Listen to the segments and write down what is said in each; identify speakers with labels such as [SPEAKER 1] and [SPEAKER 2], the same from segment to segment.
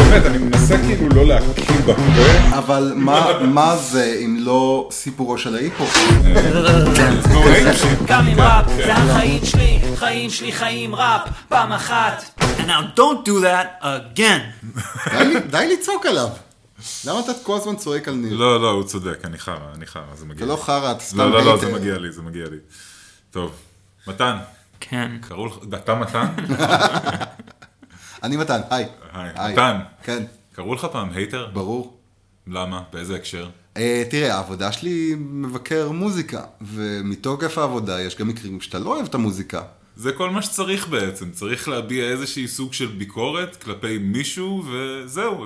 [SPEAKER 1] באמת, אני מנסה כאילו לא להקים בפה.
[SPEAKER 2] אבל מה זה אם לא סיפורו של ההיפ-הופ?
[SPEAKER 3] גם עם ראפ, זה החיים שלי, חיים שלי חיים ראפ, פעם אחת. And now don't do that again.
[SPEAKER 2] די לצעוק עליו. למה אתה כל הזמן צועק על ניר?
[SPEAKER 1] לא, הוא צודק, אני חרא, זה מגיע לי.
[SPEAKER 2] אתה לא חרא, אתה סתם
[SPEAKER 1] לא, זה מגיע לי. טוב, מתן.
[SPEAKER 3] כן.
[SPEAKER 1] קראו לך, אתה מתן?
[SPEAKER 2] אני מתן, היי.
[SPEAKER 1] מתן.
[SPEAKER 2] כן.
[SPEAKER 1] קראו לך פעם הייטר?
[SPEAKER 2] ברור.
[SPEAKER 1] למה? באיזה הקשר?
[SPEAKER 2] תראה, העבודה שלי מבקר מוזיקה, ומתוקף העבודה יש גם מקרים שאתה לא אוהב את המוזיקה.
[SPEAKER 1] זה כל מה שצריך בעצם, צריך להביע איזושהי סוג של ביקורת כלפי מישהו, וזהו,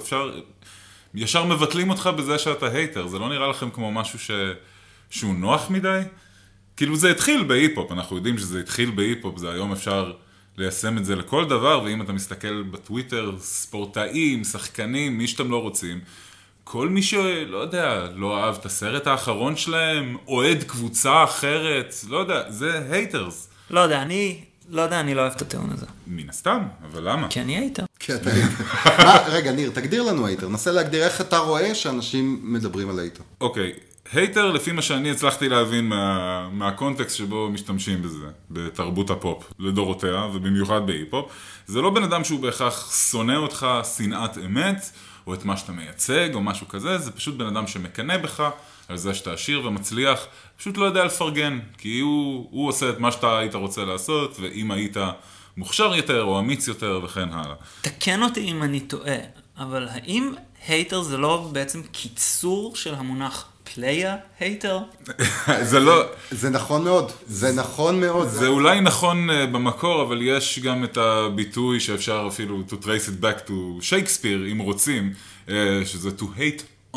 [SPEAKER 1] ישר מבטלים אותך בזה שאתה הייטר, זה לא נראה לכם כמו משהו שהוא נוח מדי? כאילו זה התחיל בהיפ-הופ, אנחנו יודעים שזה התחיל בהיפ-הופ, זה היום אפשר ליישם את זה לכל דבר, ואם אתה מסתכל בטוויטר, ספורטאים, שחקנים, מי שאתם לא רוצים, כל מי שלא יודע, לא אהב את הסרט האחרון שלהם, אוהד קבוצה אחרת, לא יודע, זה הייטרס.
[SPEAKER 3] לא יודע, אני לא אוהב את הטיעון הזה.
[SPEAKER 1] מן הסתם, אבל למה?
[SPEAKER 3] כי אני הייטר.
[SPEAKER 2] כי אתה הייטר. רגע, ניר, תגדיר לנו הייטר. נסה להגדיר איך אתה רואה שאנשים מדברים על הייטר.
[SPEAKER 1] אוקיי, הייטר, לפי מה שאני הצלחתי להבין מהקונטקסט שבו משתמשים בזה, בתרבות הפופ, לדורותיה, ובמיוחד בהיפ-הופ, זה לא בן אדם שהוא בהכרח שונא אותך שנאת אמת, או את מה שאתה מייצג, או משהו כזה, זה פשוט בן אדם שמקנה בך, על זה שאתה עשיר ומצליח, פשוט לא יודע לפרגן, כי הוא עושה את מה שאתה היית רוצה לעשות, ואם היית מוכשר יותר, או אמיץ יותר, וכן הלאה.
[SPEAKER 3] תקן אותי אם אני טועה, אבל האם הייטר זה לא בעצם קיצור של המונח פלייר הייטר?
[SPEAKER 1] זה לא...
[SPEAKER 2] זה נכון מאוד, זה נכון מאוד.
[SPEAKER 1] זה אולי נכון במקור, אבל יש גם את הביטוי שאפשר אפילו to trace it back to שייקספיר, אם רוצים, שזה to hate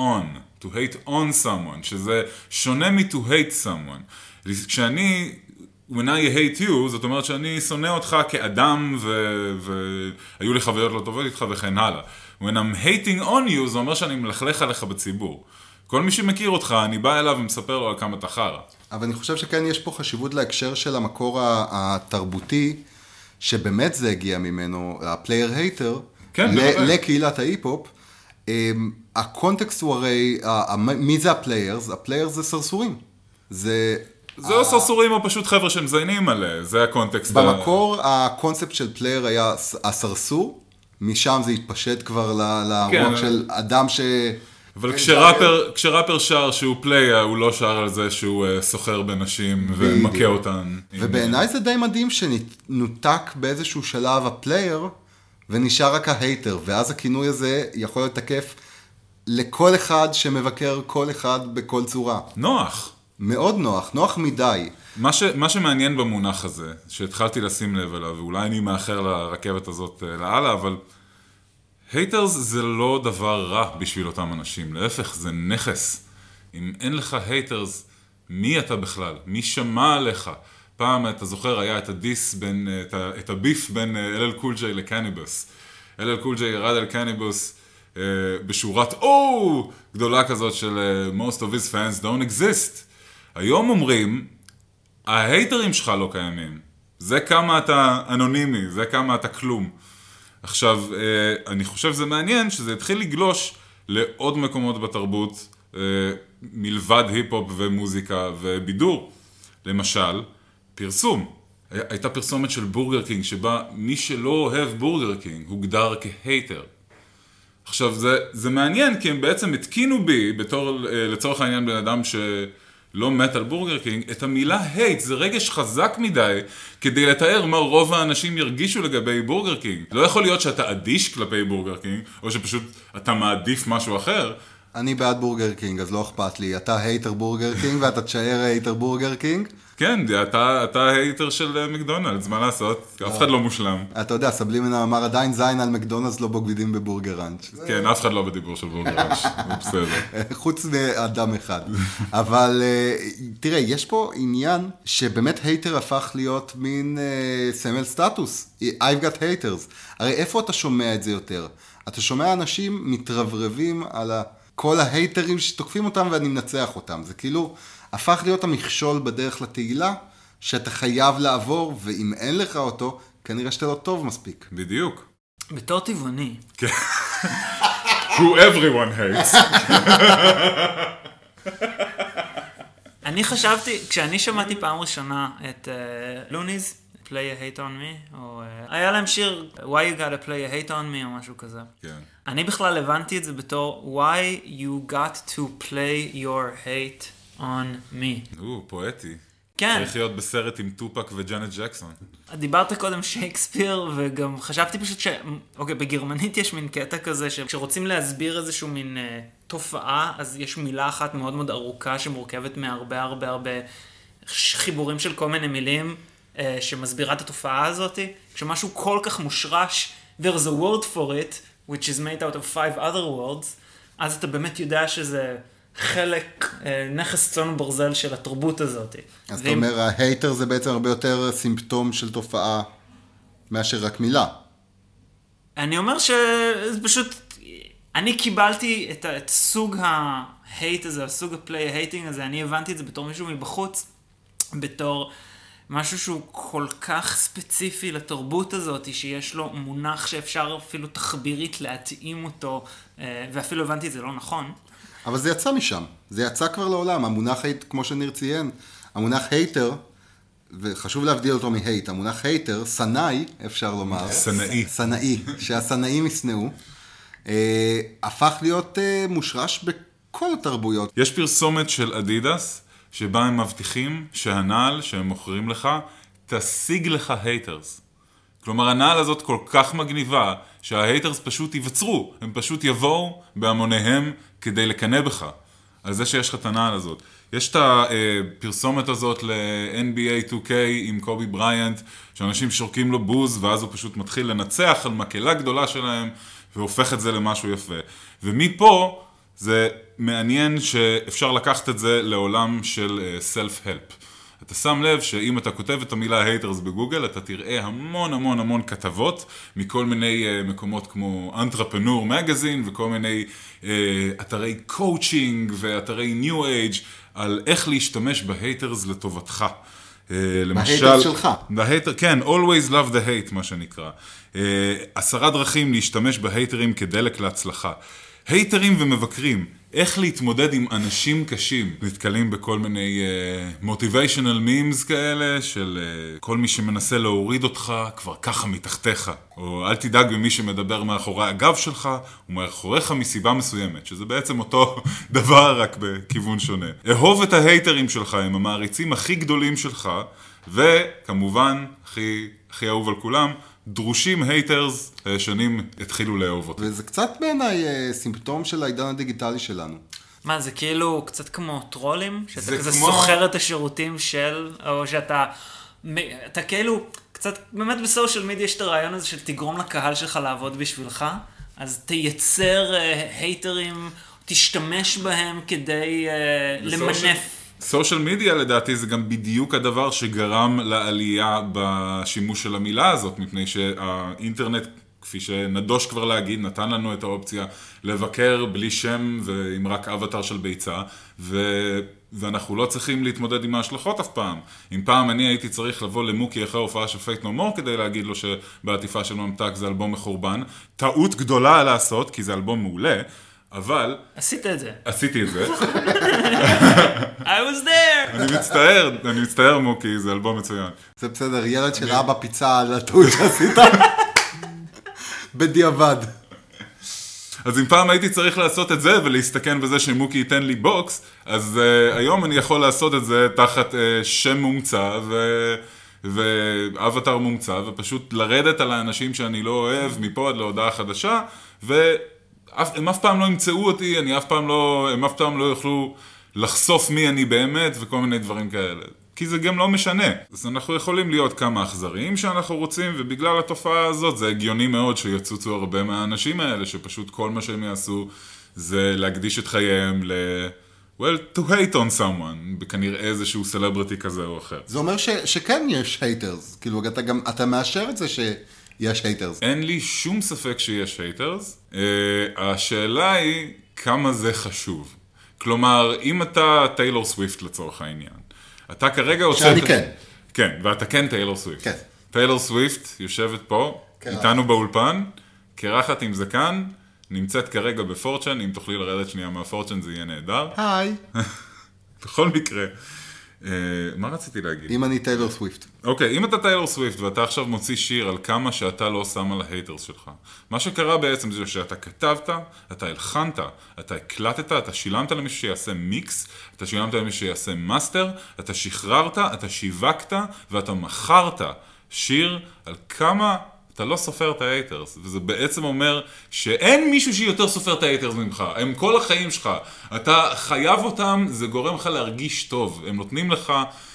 [SPEAKER 1] on someone, שזה שונה מ-to hate someone. כשאני, when I hate you, זאת אומרת שאני שונא אותך כאדם, והיו לי חוויות לא טובות איתך וכן הלאה. When I'm hating on you, זה אומר שאני מלכלך עליך בציבור. כל מי שמכיר אותך, אני בא אליו ומספר לו על כמה אתה חרא.
[SPEAKER 2] אבל אני חושב שכן יש פה חשיבות להקשר של המקור התרבותי, שבאמת זה הגיע ממנו, הפלייר הייטר, לקהילת ההיפ-הופ. הקונטקסט הוא הרי, מי זה הפליירס? הפליירס זה סרסורים. זה
[SPEAKER 1] או סרסורים או פשוט חבר'ה שמזיינים עליה, זה הקונטקסט.
[SPEAKER 2] במקור הקונספט של פלייר היה הסרסור, משם זה התפשט כבר לרוח של אדם ש...
[SPEAKER 1] אבל כשראפר שר שהוא פלייר, הוא לא שר על זה שהוא סוחר בנשים ומכה אותן.
[SPEAKER 2] ובעיניי זה די מדהים שנותק באיזשהו שלב הפלייר, ונשאר רק ההייטר, ואז הכינוי הזה יכול להיות תקף לכל אחד שמבקר כל אחד בכל צורה.
[SPEAKER 1] נוח.
[SPEAKER 2] מאוד נוח מדי.
[SPEAKER 1] מה שמעניין במונח הזה, שהתחלתי לשים לב אליו, ואולי אני מאחר לרכבת הזאת לעלה, אבל הייטרס זה לא דבר רע בשביל אותם אנשים, להפך, זה נכס. אם אין לך הייטרס, מי אתה בכלל? מי שמע עליך? פעם, אתה זוכר, היה את הדיס את הביף בין LL Cool J לקניבוס. LL Cool J ירד על קניבוס בשורת גדולה כזאת של most of his fans don't exist. היום אומרים, ההייטרים שלך לא קיימים. זה כמה אתה אנונימי, זה כמה אתה כלום. עכשיו, אני חושב שזה מעניין שזה התחיל לגלוש לעוד מקומות בתרבות, מלבד היפ-הופ ומוזיקה ובידור. למשל, פרסום. הייתה פרסומת של בורגר קינג, שבה מי שלא אוהב בורגר קינג הוגדר כהייטר. עכשיו, זה מעניין, כי הם בעצם התקינו בי, לצורך העניין בן אדם שלא מת על בורגר קינג, את המילה הייט, זה רגש חזק מדי, כדי לתאר מה רוב האנשים ירגישו לגבי בורגר קינג. לא יכול להיות שאתה אדיש כלפי בורגר קינג, או שפשוט אתה מעדיף משהו אחר. אני
[SPEAKER 2] בעד בורגר קינג, אז לא אכפת לי. אתה הייטר בורגר קינג, ואתה תשאר הייטר בורגר קינג?
[SPEAKER 1] כן, אתה הייטר של מקדונלדס, מה לעשות? אף אחד לא מושלם.
[SPEAKER 2] אתה יודע, סבלימנה אמר עדיין זין על מקדונלדס לא בוגדים בבורגר ראנץ'.
[SPEAKER 1] כן, אף אחד לא בדיבור של בורגר ראנץ', זה בסדר.
[SPEAKER 2] חוץ מאדם אחד. אבל תראה, יש פה עניין שבאמת הייטר הפך להיות מין סמל סטטוס. I've got haters. הרי איפה אתה שומע את זה יותר? אתה שומע אנשים מתרברבים על כל ההייטרים שתוקפים אותם ואני מנצח אותם. זה כאילו הפך להיות המכשול בדרך לתהילה שאתה חייב לעבור, ואם אין לך אותו, כנראה שאתה לא טוב מספיק.
[SPEAKER 1] בדיוק.
[SPEAKER 3] בתור טבעוני.
[SPEAKER 1] who everyone hates.
[SPEAKER 3] אני חשבתי, כשאני שמעתי פעם ראשונה את לוניז, play a hate on me, או היה להם שיר why you gotta play a hate on me או משהו כזה.
[SPEAKER 1] כן.
[SPEAKER 3] אני בכלל הבנתי את זה בתור why you got to play your hate on me.
[SPEAKER 1] פואטי.
[SPEAKER 3] כן.
[SPEAKER 1] צריך להיות בסרט עם טופק וג'אנט ג'קסון.
[SPEAKER 3] דיברת קודם שייקספיר, וגם חשבתי פשוט אוקיי, בגרמנית יש מין קטע כזה, שכשרוצים להסביר איזשהו מין תופעה, אז יש מילה אחת מאוד מאוד ארוכה, שמורכבת מהרבה הרבה הרבה חיבורים של כל מיני מילים, שמסבירה את התופעה הזאת. כשמשהו כל כך מושרש, there's a word for it, which is made out of 5 other words, אז אתה באמת יודע שזה חלק, נכס צאן וברזל של התרבות הזאת.
[SPEAKER 2] אז אתה אומר, ההייטר זה בעצם הרבה יותר סימפטום של תופעה מאשר רק מילה.
[SPEAKER 3] אני אומר שזה פשוט, אני קיבלתי את סוג ההייט הזה, הסוג הפליי ההייטינג הזה, אני הבנתי את זה בתור מישהו מבחוץ, בתור משהו שהוא כל כך ספציפי לתרבות הזאת, שיש לו מונח שאפשר אפילו תחבירית להתאים אותו, ואפילו הבנתי את זה לא נכון.
[SPEAKER 2] אבל זה יצא משם, זה יצא כבר לעולם, המונח הייט, כמו שניר ציין, המונח הייטר, וחשוב להבדיל אותו מהייט, המונח הייטר, סנאי, אפשר לומר.
[SPEAKER 1] סנאי.
[SPEAKER 2] סנאי, שהסנאים יסנאו, הפך להיות מושרש בכל התרבויות.
[SPEAKER 1] יש פרסומת של אדידס, שבה הם מבטיחים שהנעל שהם מוכרים לך, תשיג לך הייטרס. כלומר, הנעל הזאת כל כך מגניבה, שההייטרס פשוט ייווצרו, הם פשוט יבואו בהמוניהם כדי לקנא בך, על זה שיש לך את הנעל הזאת. יש את הפרסומת הזאת ל-NBA 2K עם קובי בריינט, שאנשים שורקים לו בוז, ואז הוא פשוט מתחיל לנצח על מקהלה גדולה שלהם, והופך את זה למשהו יפה. ומפה זה מעניין שאפשר לקחת את זה לעולם של self-help. אתה שם לב שאם אתה כותב את המילה haters בגוגל, אתה תראה המון המון המון כתבות מכל מיני מקומות כמו Entrepreneur Magazine וכל מיני אתרי קואוצ'ינג ואתרי New Age על איך להשתמש בהייטרס לטובתך.
[SPEAKER 2] בהייטרס שלך.
[SPEAKER 1] כן, always love the hate, מה שנקרא. 10 דרכים להשתמש בהייטרים כדלק להצלחה. הייטרים ומבקרים, איך להתמודד עם אנשים קשים. נתקלים בכל מיני motivational memes כאלה, של כל מי שמנסה להוריד אותך כבר ככה מתחתיך. או אל תדאג במי שמדבר מאחורי הגב שלך, ומאחוריך מסיבה מסוימת, שזה בעצם אותו דבר רק בכיוון שונה. אהוב את ההייטרים שלך, הם המעריצים הכי גדולים שלך, וכמובן, הכי אהוב על כולם, דרושים הייטרס שנים התחילו לאהוב אותו.
[SPEAKER 2] וזה קצת בעיניי סימפטום של העידן הדיגיטלי שלנו.
[SPEAKER 3] מה, זה כאילו קצת כמו טרולים? שאתה כזה
[SPEAKER 1] כמו...
[SPEAKER 3] סוחר את השירותים של, או שאתה כאילו, קצת באמת בסושיאל מדיה יש את הרעיון הזה של תגרום לקהל שלך לעבוד בשבילך, אז תייצר הייטרים, תשתמש בהם כדי למנף.
[SPEAKER 1] סושיאל מדיה לדעתי זה גם בדיוק הדבר שגרם לעלייה בשימוש של המילה הזאת, מפני שהאינטרנט, כפי שנדוש כבר להגיד, נתן לנו את האופציה לבקר בלי שם ועם רק אבטר של ביצה, ואנחנו לא צריכים להתמודד עם ההשלכות אף פעם. אם פעם אני הייתי צריך לבוא למוקי אחרי הופעה של פייט נו מור כדי להגיד לו שבעטיפה של ממתק זה אלבום מחורבן, טעות גדולה לעשות כי זה אלבום מעולה, אבל...
[SPEAKER 3] עשית את זה.
[SPEAKER 1] עשיתי את זה.
[SPEAKER 3] I was there!
[SPEAKER 1] אני מצטער מוקי, זה אלבום מצוין.
[SPEAKER 2] זה בסדר, ילד של אבא פיצה על הטעות שעשית. בדיעבד.
[SPEAKER 1] אז אם פעם הייתי צריך לעשות את זה ולהסתכן בזה שמוקי ייתן לי בוקס, אז היום אני יכול לעשות את זה תחת שם מומצא ואבטר מומצא, ופשוט לרדת על האנשים שאני לא אוהב מפה עד להודעה חדשה, הם אף פעם לא ימצאו אותי, הם אף פעם לא יוכלו לחשוף מי אני באמת וכל מיני דברים כאלה. כי זה גם לא משנה. אז אנחנו יכולים להיות כמה אכזריים שאנחנו רוצים, ובגלל התופעה הזאת זה הגיוני מאוד שיצוצו הרבה מהאנשים האלה, שפשוט כל מה שהם יעשו זה להקדיש את חייהם to hate on someone, בכנראה איזשהו סלבריטי כזה או אחר.
[SPEAKER 2] זה אומר שכן יש haters, כאילו אתה מאשר את זה שיש haters.
[SPEAKER 1] אין לי שום ספק שיש haters, השאלה היא כמה זה חשוב. כלומר, אם אתה טיילור סוויפט לצורך העניין, אתה כרגע עושה...
[SPEAKER 2] שאני כן.
[SPEAKER 1] כן, ואתה כן טיילור סוויפט.
[SPEAKER 2] כן.
[SPEAKER 1] טיילור סוויפט יושבת פה, איתנו באולפן, קרחת עם זקן, נמצאת כרגע בפורצ'ן, אם תוכלי לרדת שנייה מהפורצ'ן זה יהיה נהדר.
[SPEAKER 2] היי.
[SPEAKER 1] בכל מקרה, מה רציתי להגיד?
[SPEAKER 2] אם אני טיילור סוויפט.
[SPEAKER 1] אוקיי, אם אתה טיילור סוויפט ואתה עכשיו מוציא שיר על כמה שאתה לא שם על ההייטרס שלך, מה שקרה בעצם זה שאתה כתבת, אתה הלחנת, אתה הקלטת, אתה שילמת למישהו שיעשה מיקס, אתה שילמת למישהו שיעשה מאסטר, אתה שחררת, אתה שיווקת ואתה מכרת שיר על כמה אתה לא סופר את ההייטרס, וזה בעצם אומר שאין מישהו שיותר סופר את ההייטרס ממך, הם כל החיים שלך, אתה חייב אותם, זה גורם לך להרגיש טוב, הם נותנים לך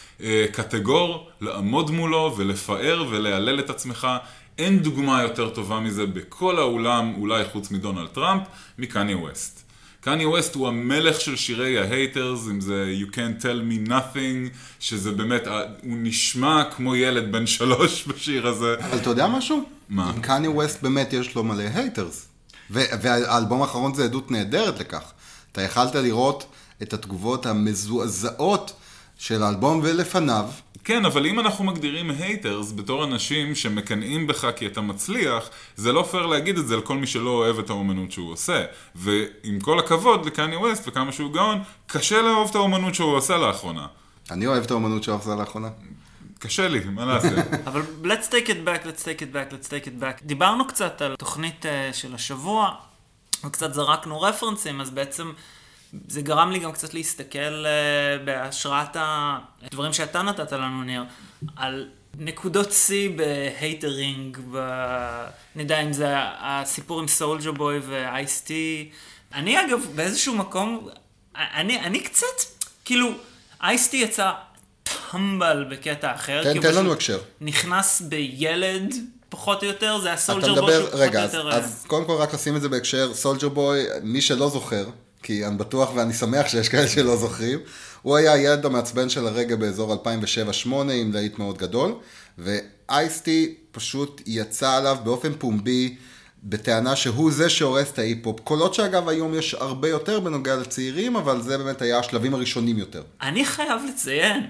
[SPEAKER 1] קטגור לעמוד מולו ולפאר ולהלל את עצמך, אין דוגמה יותר טובה מזה בכל העולם, אולי חוץ מדונלד טראמפ, מקניה ווסט. קניה ווסט הוא המלך של שירי ההייטרס, אם זה You Can't Tell Me Nothing, שזה באמת, הוא נשמע כמו ילד בן 3 בשיר הזה.
[SPEAKER 2] אבל אתה יודע משהו?
[SPEAKER 1] מה?
[SPEAKER 2] עם קניה ווסט באמת יש לו מלא הייטרס. והאלבום האחרון זה עדות נהדרת לכך. אתה יכלת לראות את התגובות המזועזעות של האלבום ולפניו.
[SPEAKER 1] כן, אבל אם אנחנו מגדירים הייטרס בתור אנשים שמקנאים בך כי אתה מצליח, זה לא פייר להגיד את זה לכל מי שלא אוהב את האומנות שהוא עושה. ועם כל הכבוד לקניה ווסט וכמה שהוא גאון, קשה לאהוב את האומנות שהוא עושה לאחרונה.
[SPEAKER 2] אני אוהב את האומנות שהוא עושה לאחרונה.
[SPEAKER 1] קשה לי, מה לעשות?
[SPEAKER 3] אבל let's take it back, let's take it back, let's take it back. דיברנו קצת על תוכנית של השבוע, וקצת זרקנו רפרנסים, אז בעצם זה גרם לי גם קצת להסתכל בהשראת הדברים שאתה נתת לנו, ניר, על נקודות C בהייטרינג, נדע אם זה הסיפור עם סולג'ר בוי ואייסטי. אני אגב באיזשהו מקום, אני קצת, כאילו, אייסטי יצא טמבל בקטע אחר.
[SPEAKER 2] תן לנו הקשר.
[SPEAKER 3] נכנס בילד, פחות או יותר, זה הסולג'ר
[SPEAKER 2] אתה
[SPEAKER 3] בוי
[SPEAKER 2] מדבר, רגע, אז קודם כל רק לשים את זה בהקשר, סולג'ר בוי, מי שלא זוכר, כי אני בטוח ואני שמח שיש כאלה שלא זוכרים, הוא היה הילד המעצבן של הרגע באזור 2007-2008 עם להיט מאוד גדול, ואייסטי פשוט יצא עליו באופן פומבי, בטענה שהוא זה שהורס את ההיפ-הופ. קולות שאגב היום יש הרבה יותר בנוגע לצעירים, אבל זה באמת היה השלבים הראשונים יותר.
[SPEAKER 3] אני חייב לציין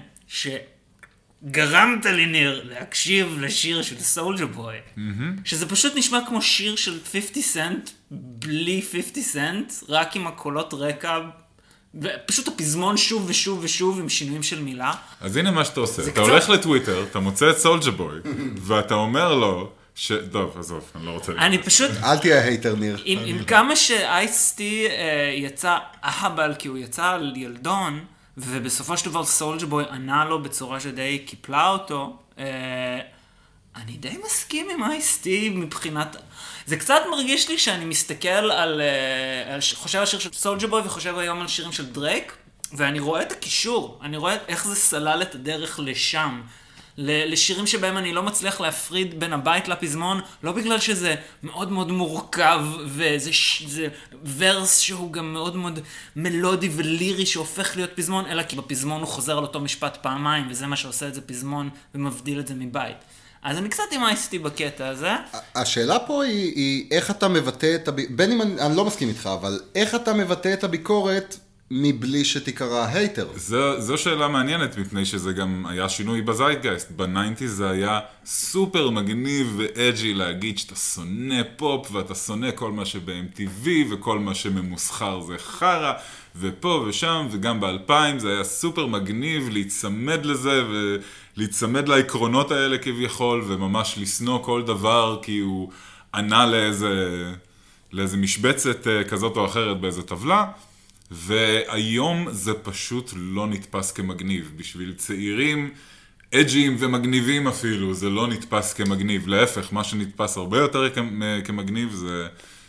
[SPEAKER 3] שגרמת לי, ניר, להקשיב לשיר של סולג'ר בוי, שזה פשוט נשמע כמו שיר של 50 סנט, בלי 50 סנט, רק עם הקולות רקע, ופשוט הפזמון שוב ושוב ושוב עם שינויים של מילה.
[SPEAKER 1] אז הנה מה שאתה עושה, אתה הולך לטוויטר, אתה מוצא את סולג'ר בוי, ואתה אומר לו, טוב, עזוב, אני לא רוצה
[SPEAKER 3] אני פשוט,
[SPEAKER 2] אל תהיה הייטר, ניר.
[SPEAKER 3] עם כמה שאייסטי יצא אהבל, כי הוא יצא על ילדון, ובסופו של דבר סולג'ר בוי ענה לו בצורה שדי קיפלה אותו, אני די מסכים עם אייסטי מבחינת, זה קצת מרגיש לי שאני מסתכל על חושב על שיר של סולג'ר בוי וחושב היום על שירים של דרייק, ואני רואה את הקישור, אני רואה איך זה סלל את הדרך לשם, לשירים שבהם אני לא מצליח להפריד בין הבית לפזמון, לא בגלל שזה מאוד מאוד מורכב, וזה ורס שהוא גם מאוד מאוד מלודי ולירי שהופך להיות פזמון, אלא כי בפזמון הוא חוזר על אותו משפט פעמיים, וזה מה שעושה את זה פזמון ומבדיל את זה מבית. אז אני קצת עם אייסטי בקטע הזה.
[SPEAKER 2] השאלה פה היא איך אתה מבטא את בין אם אני לא מסכים איתך, אבל איך אתה מבטא את הביקורת מבלי שתקרא הייטר.
[SPEAKER 1] זו שאלה מעניינת, מפני שזה גם היה שינוי בזייטגייסט. ב-90s זה היה סופר מגניב ואג'י להגיד שאתה שונא פופ, ואתה שונא כל מה שב-MTV, וכל מה שממוסחר זה חרה, ופה ושם, וגם ב-2000 זה היה סופר מגניב להצמד לזה, ולהצמד לעקרונות האלה כביכול, וממש לסנוע כל דבר, כי הוא ענה לאיזה משבצת כזאת או אחרת באיזו טבלה, והיום זה פשוט לא נתפס כמגניב. בשביל צעירים, אג'יים ומגניבים אפילו, זה לא נתפס כמגניב. להפך, מה שנתפס הרבה יותר כמגניב זה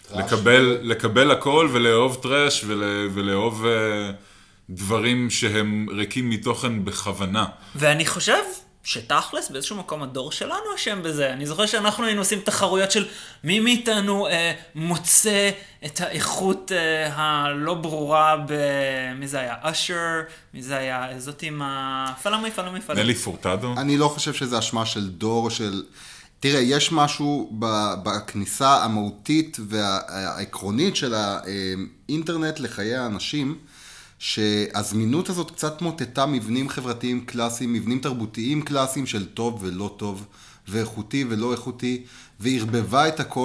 [SPEAKER 1] לקבל הכל ולאהוב טרש ולאהוב דברים שהם ריקים מתוכן בכוונה.
[SPEAKER 3] ואני חושב שתכלס באיזשהו מקום הדור שלנו אשם בזה. אני זוכר שאנחנו היינו עושים תחרויות של מי מאיתנו מוצא את האיכות הלא ברורה מי זה היה? אשר? מי זה היה? זאת עם פלמי.
[SPEAKER 1] נלי פורטדו?
[SPEAKER 2] אני לא חושב שזה אשמה של דור של... תראה, יש משהו בכניסה המהותית והעקרונית של האינטרנט לחיי האנשים, שהזמינות הזאת קצת מוטטה מבנים חברתיים קלאסיים, מבנים תרבותיים קלאסיים של טוב ולא טוב, ואיכותי ולא איכותי, והרבבה את הכל,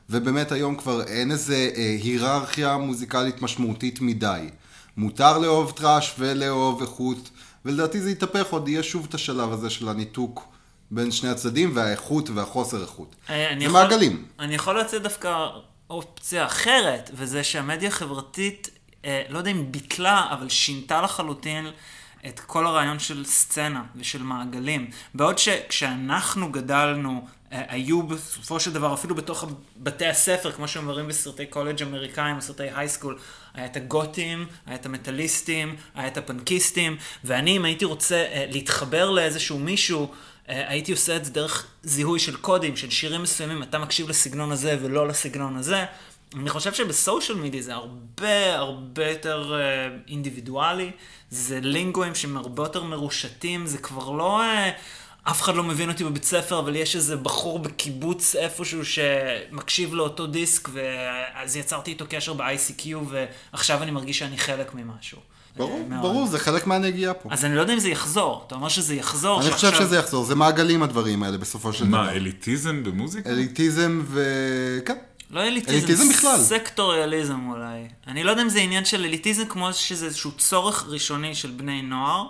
[SPEAKER 2] ובאמת היום כבר אין איזה היררכיה מוזיקלית משמעותית מדי. מותר לאהוב טראש ולאהוב איכות, ולדעתי זה יתהפך, עוד יהיה שוב את השלב הזה של הניתוק בין שני הצדדים, והאיכות והחוסר איכות. זה מעגלים.
[SPEAKER 3] אני יכול להציע דווקא אופציה אחרת, וזה שהמדיה החברתית, לא יודע אם ביטלה, אבל שינתה לחלוטין את כל הרעיון של סצנה ושל מעגלים. בעוד שכשאנחנו גדלנו, היו בסופו של דבר, אפילו בתוך בתי הספר, כמו שאומרים בסרטי קולג' אמריקאים או סרטי הייסקול, היה את הגותים, היה את המטליסטים, היה את הפנקיסטים, ואני, אם הייתי רוצה להתחבר לאיזשהו מישהו, הייתי עושה את זה דרך זיהוי של קודים, של שירים מסוימים, אתה מקשיב לסגנון הזה ולא לסגנון הזה. אני חושב שבסושיאל מדיה זה הרבה יותר אינדיבידואלי, זה לינגויים שהם הרבה יותר מרושתים, זה כבר לא, אף אחד לא מבין אותי בבית ספר, אבל יש איזה בחור בקיבוץ איפשהו שמקשיב לאותו דיסק, ואז יצרתי איתו קשר ב-ICQ, ועכשיו אני מרגיש שאני חלק ממשהו.
[SPEAKER 2] ברור, זה חלק מהנגיעה פה.
[SPEAKER 3] אז אני לא יודע אם זה יחזור, אתה אומר שזה יחזור.
[SPEAKER 2] אני חושב שזה יחזור, זה מעגלים הדברים האלה בסופו של דבר.
[SPEAKER 1] מה, אליטיזם במוזיקה?
[SPEAKER 2] אליטיזם כן.
[SPEAKER 3] לא אליטיזם בכלל. סקטוריאליזם אולי. אני לא יודע אם זה עניין של אליטיזם, כמו שזה איזשהו צורך ראשוני של בני נוער,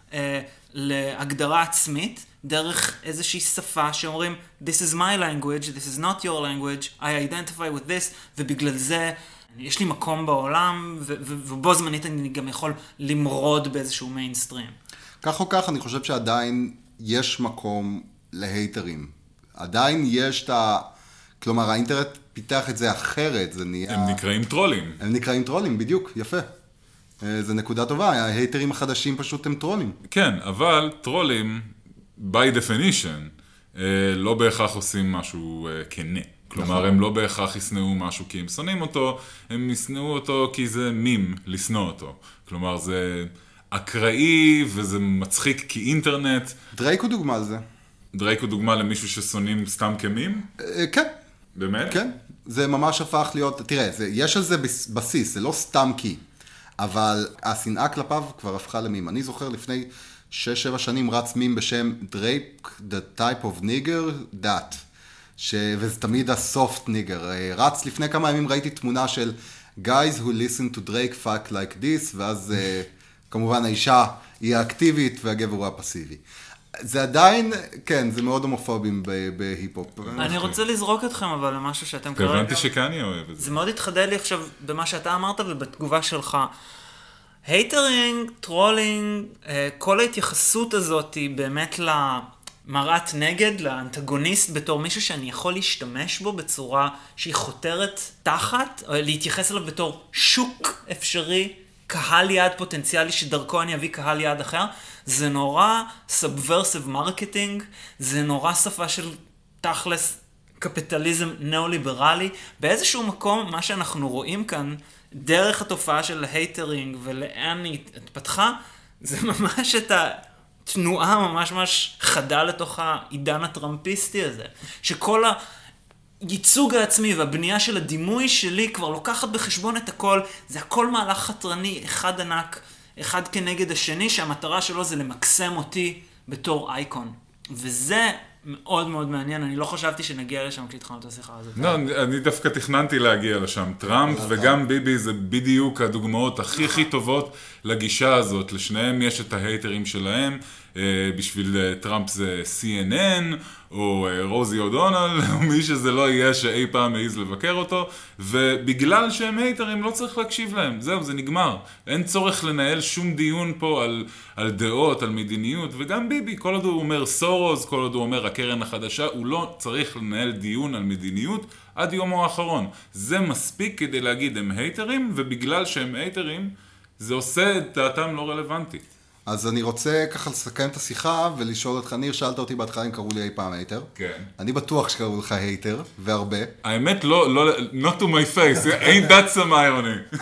[SPEAKER 3] להגדרה עצמית, דרך איזושהי שפה שאומרים, this is my language, this is not your language, I identify with this, ובגלל זה יש לי מקום בעולם, ובו זמנית אני גם יכול למרוד באיזשהו מיינסטרים.
[SPEAKER 2] כך או כך, אני חושב שעדיין יש מקום להייטרים. עדיין יש כלומר, האינטרנט פיתח את זה אחרת, זה נהיה...
[SPEAKER 1] הם נקראים טרולים.
[SPEAKER 2] הם נקראים טרולים, בדיוק, יפה. זה נקודה טובה, ההייטרים החדשים פשוט הם טרולים.
[SPEAKER 1] כן, אבל טרולים, by definition, לא בהכרח עושים משהו כנה. כלומר, הם לא בהכרח יסנאו משהו כי הם שונאים אותו, הם יסנאו אותו כי זה מים לשנוא אותו. כלומר, זה אקראי וזה מצחיק כי אינטרנט.
[SPEAKER 2] דרייק הוא דוגמה על זה.
[SPEAKER 1] דרייק הוא דוגמה למישהו ששונאים סתם כמים?
[SPEAKER 2] כן.
[SPEAKER 1] באמת?
[SPEAKER 2] כן. זה ממש הפך להיות, תראה, יש על זה בסיס, זה לא סתם כי. אבל השנאה כלפיו כבר הפכה למים. אני זוכר לפני 6-7 שנים רץ מים בשם Drake, the type of nigger, that. וזה תמיד הסופט ניגר. רץ לפני כמה ימים ראיתי תמונה של guys who listen to Drake fuck like this, ואז כמובן האישה היא האקטיבית והגבר הוא הפסיבי. זה עדיין, כן, זה מאוד הומופובים בהיפ-הופ.
[SPEAKER 3] אני רוצה לזרוק אתכם אבל למשהו שאתם כרגע...
[SPEAKER 1] הבנתי שקני אוהב את זה.
[SPEAKER 3] זה מאוד התחדד לי עכשיו במה שאתה אמרת ובתגובה שלך. הייטרינג, טרולינג, כל ההתייחסות הזאת היא באמת למראת נגד, לאנטגוניסט בתור מישהו שאני יכול להשתמש בו בצורה שהיא חותרת תחת, או להתייחס אליו בתור שוק אפשרי, קהל יעד פוטנציאלי שדרכו אני אביא קהל יעד אחר. זה נורא subversive marketing, זה נורא שפה של תכלס קפיטליזם נאו-ליברלי. באיזשהו מקום, מה שאנחנו רואים כאן, דרך התופעה של הייטרינג ולאן היא התפתחה, זה ממש את התנועה ממש חדה לתוך העידן הטראמפיסטי הזה. שכל הייצוג העצמי והבנייה של הדימוי שלי כבר לוקחת בחשבון את הכל, זה הכל מהלך חתרני, אחד ענק, אחד כנגד השני, שהמטרה שלו זה למקסם אותי בתור אייקון. וזה מאוד מאוד מעניין, אני לא חשבתי שנגיע לשם כשהתחלנו את השיחה הזאת.
[SPEAKER 1] לא, אני דווקא תכננתי להגיע לשם. טראמפ וגם ביבי זה בדיוק הדוגמאות הכי טובות לגישה הזאת. לשניהם יש את ההייטרים שלהם, בשביל טראמפ זה CNN, או רוזי אודונל, או מי שזה לא יהיה שאי פעם מעיז לבקר אותו, ובגלל שהם הייטרים לא צריך להקשיב להם, זהו, זה נגמר. אין צורך לנהל שום דיון פה על דעות, על מדיניות, וגם ביבי, כל עוד הוא אומר סורוז, כל עוד הוא אומר הקרן החדשה, הוא לא צריך לנהל דיון על מדיניות עד יומו האחרון. זה מספיק כדי להגיד הם הייטרים, ובגלל שהם הייטרים, זה עושה את דעתם לא רלוונטית.
[SPEAKER 2] אז אני רוצה ככה לסכם את השיחה ולשאול אותך, ניר, שאלת אותי בהתחלה אם קראו לי אי פעם הייטר.
[SPEAKER 1] כן.
[SPEAKER 2] אני בטוח שקראו לך הייטר, והרבה.
[SPEAKER 1] האמת לא, not to my face, ain't that some irony.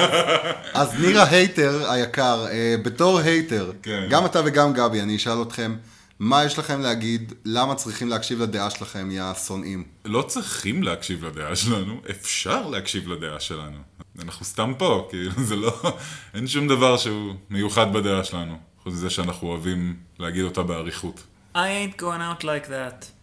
[SPEAKER 2] אז ניר ההייטר היקר, בתור הייטר,
[SPEAKER 1] כן.
[SPEAKER 2] גם אתה וגם גבי, אני אשאל אתכם, מה יש לכם להגיד, למה צריכים להקשיב לדעה שלכם, יא שונאים?
[SPEAKER 1] לא צריכים להקשיב לדעה שלנו, אפשר להקשיב לדעה שלנו. אנחנו סתם פה, כאילו זה לא, אין שום דבר שהוא מיוחד בדעה שלנו, חוץ מזה שאנחנו אוהבים להגיד אותה בעריכות.
[SPEAKER 3] I ain't going out like that.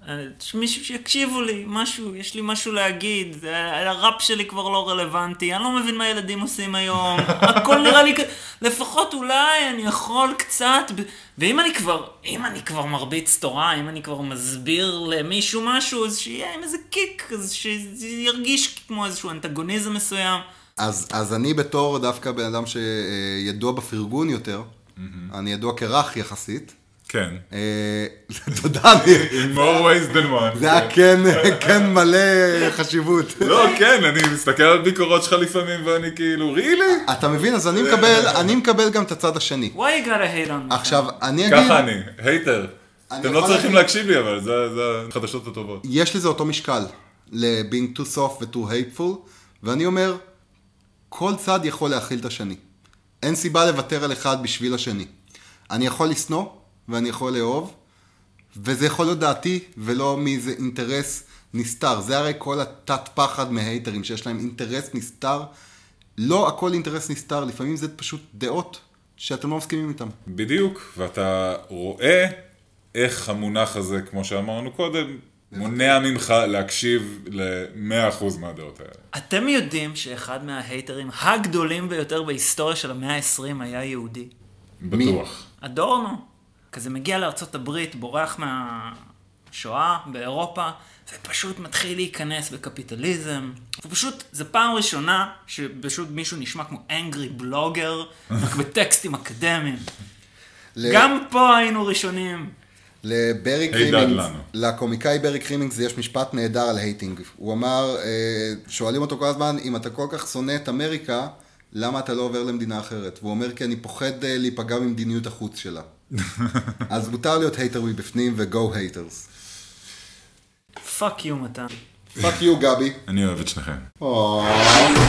[SPEAKER 3] מישהו שיקשיבו לי, משהו, יש לי משהו להגיד, הראפ שלי כבר לא רלוונטי, אני לא מבין מה ילדים עושים היום, הכל נראה לי, לפחות אולי אני יכול קצת, ואם אני כבר מרביץ תורה, אם אני כבר מסביר למישהו משהו, אז שיהיה עם איזה קיק, אז שירגיש כמו איזשהו אנטגוניזם מסוים.
[SPEAKER 2] אז אני בתור דווקא בן אדם שידוע בפרגון יותר, אני ידוע כרך יחסית.
[SPEAKER 1] כן.
[SPEAKER 2] תודה, ניר.
[SPEAKER 1] In more ways than one.
[SPEAKER 2] זה היה כן מלא חשיבות.
[SPEAKER 1] לא, כן, אני מסתכל על ביקורות שלך לפעמים ואני כאילו, really?
[SPEAKER 2] אתה מבין? אז אני מקבל גם את הצד השני.
[SPEAKER 3] Why you gotta hate on me?
[SPEAKER 2] עכשיו, אני אגיד...
[SPEAKER 1] ככה אני, הייטר. אתם לא צריכים להקשיב לי, אבל זה החדשות הטובות.
[SPEAKER 2] יש לזה אותו משקל, ל-being too soft ו-too hateful, ואני אומר, כל צד יכול להכיל את השני. אין סיבה לוותר על אחד בשביל השני. אני יכול לשנוא, ואני יכול לאהוב, וזה יכול להיות דעתי, ולא מאיזה אינטרס נסתר. זה הרי כל התת פחד מהייטרים, שיש להם אינטרס נסתר. לא הכל אינטרס נסתר, לפעמים זה פשוט דעות שאתם לא מסכימים איתם.
[SPEAKER 1] בדיוק, ואתה רואה איך המונח הזה, כמו שאמרנו קודם, מונע ממך להקשיב ל-100% מהדעות האלה.
[SPEAKER 3] אתם יודעים שאחד מההייטרים הגדולים ביותר בהיסטוריה של המאה ה-20 היה יהודי?
[SPEAKER 1] בטוח.
[SPEAKER 3] אדורנו. כזה מגיע לארצות הברית, בורח מהשואה באירופה, ופשוט מתחיל להיכנס בקפיטליזם. ופשוט, זו פעם ראשונה שפשוט מישהו נשמע כמו angry blogger, רק בטקסטים אקדמיים. גם פה היינו ראשונים.
[SPEAKER 2] לברי קרימינגס, לקומיקאי ברי קרימינגס, יש משפט נהדר על הייטינג. הוא אמר, שואלים אותו כל הזמן, אם אתה כל כך שונא את אמריקה, למה אתה לא עובר למדינה אחרת? והוא אומר, כי אני פוחד להיפגע ממדיניות החוץ שלה. אז מותר להיות הייטר מבפנים ו-go haters.
[SPEAKER 3] Fuck you, מתן.
[SPEAKER 2] Fuck you, גבי.
[SPEAKER 1] אני אוהב את שניכם.
[SPEAKER 2] Oh.